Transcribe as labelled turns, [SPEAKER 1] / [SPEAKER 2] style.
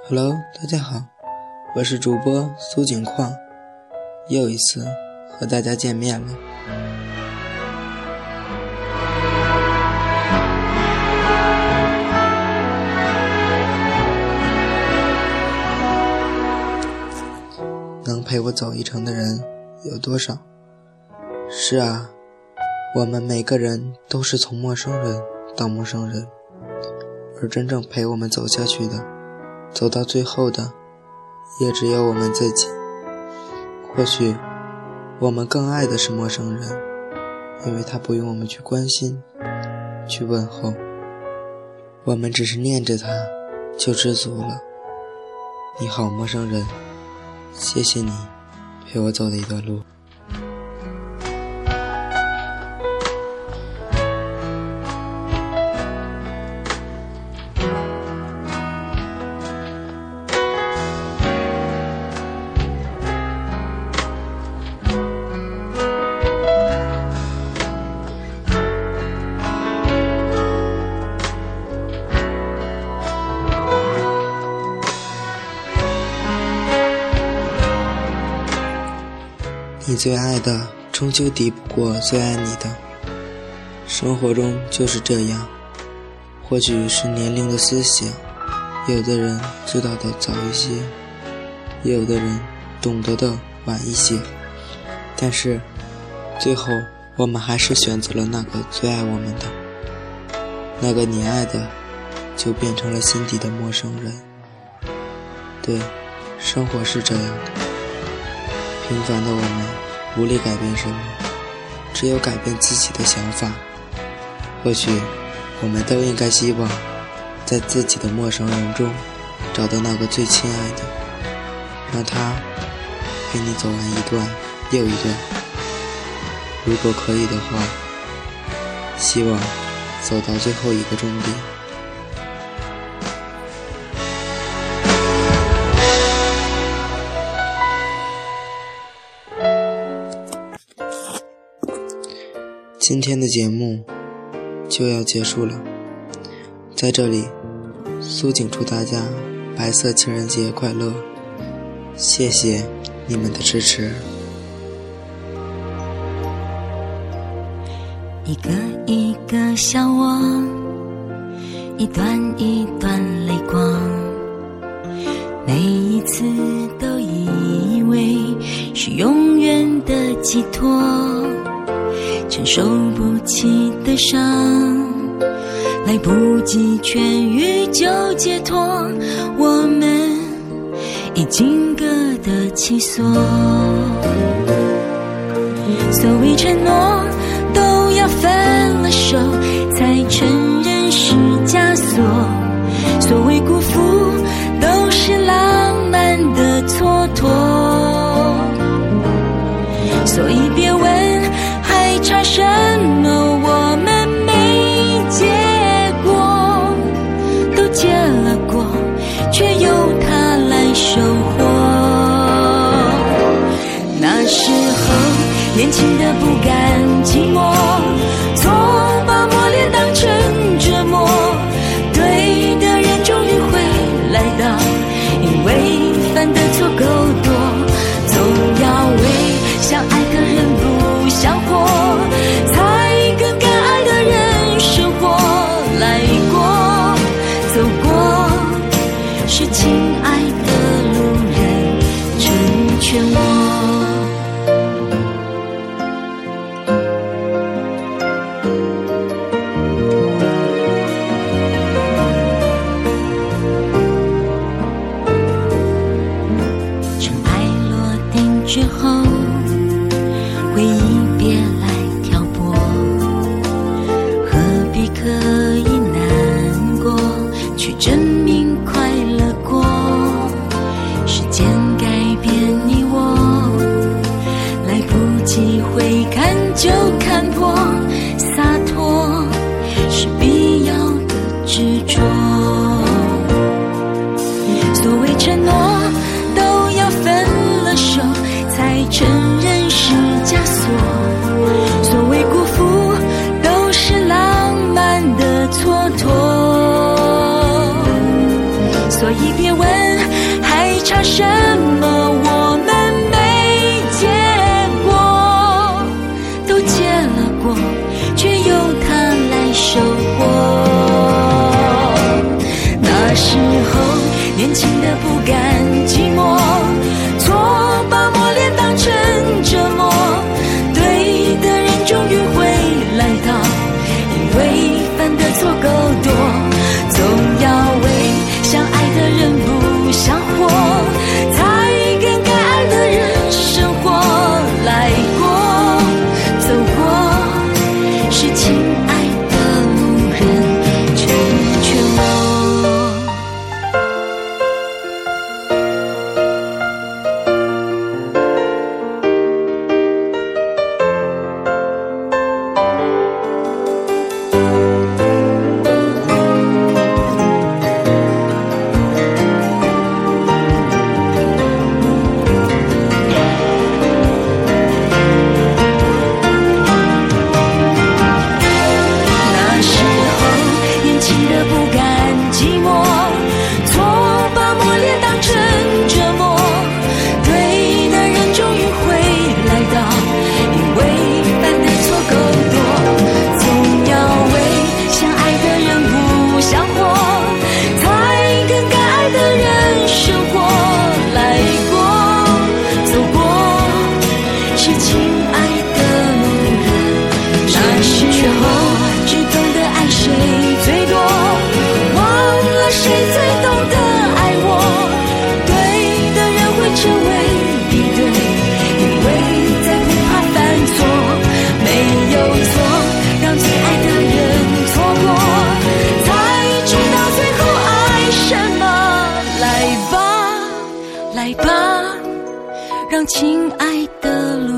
[SPEAKER 1] Hello， 大家好，我是主播苏景矿，又一次和大家见面了。能陪我走一程的人有多少？是啊，我们每个人都是从陌生人到陌生人，而真正陪我们走下去的，走到最后的也只有我们自己。或许我们更爱的是陌生人，因为他不用我们去关心去问候，我们只是念着他就知足了。你好，陌生人，谢谢你陪我走的一段路。你最爱的终究敌不过最爱你的，生活中就是这样。或许是年龄的思想，有的人知道的早一些，也有的人懂得的晚一些，但是最后我们还是选择了那个最爱我们的，那个你爱的就变成了心底的陌生人。对，生活是这样的，平凡的我们无力改变什么，只有改变自己的想法。或许我们都应该希望在自己的陌生人中找到那个最亲爱的，让他陪你走完一段又一段。如果可以的话，希望走到最后一个终点。今天的节目就要结束了，在这里苏景祝大家白色情人节快乐，谢谢你们的支持。
[SPEAKER 2] 一个一个小我，一段一段泪光，每一次都以为是永远的寄托，承受不起的伤，来不及痊愈就解脱，我们已经各得其所。所谓承诺都要分了手才承认是枷锁，所谓辜负都是浪漫的蹉跎，所以别问还差什么，我们没结果，都结了果，却由他来收获。那时候年轻的不甘寂寞，总把磨练当成折磨，对的人终于会来到，因为犯的错够多，总要为相爱的人不想活，才跟该爱的人生活来过，走过是亲爱的路人成全我。尘埃落定之后，回忆别来挑拨，何必刻意难过，去证明快乐过。时间改变你我，来不及回看就看破，洒脱是必要的执着。所谓承诺都要分了手才承认是枷锁，所谓辜负都是浪漫的蹉跎， 所以别问还差什么，我们没结果，都结了果，却由他来收获。那时候年轻的不甘寂寞，错把磨练当成折磨，对的人终于会来到，因为犯的错够多，总要为相爱的人不想活，才跟该爱的人生活来过，走过是亲爱的路人成全我。来吧，让亲爱的路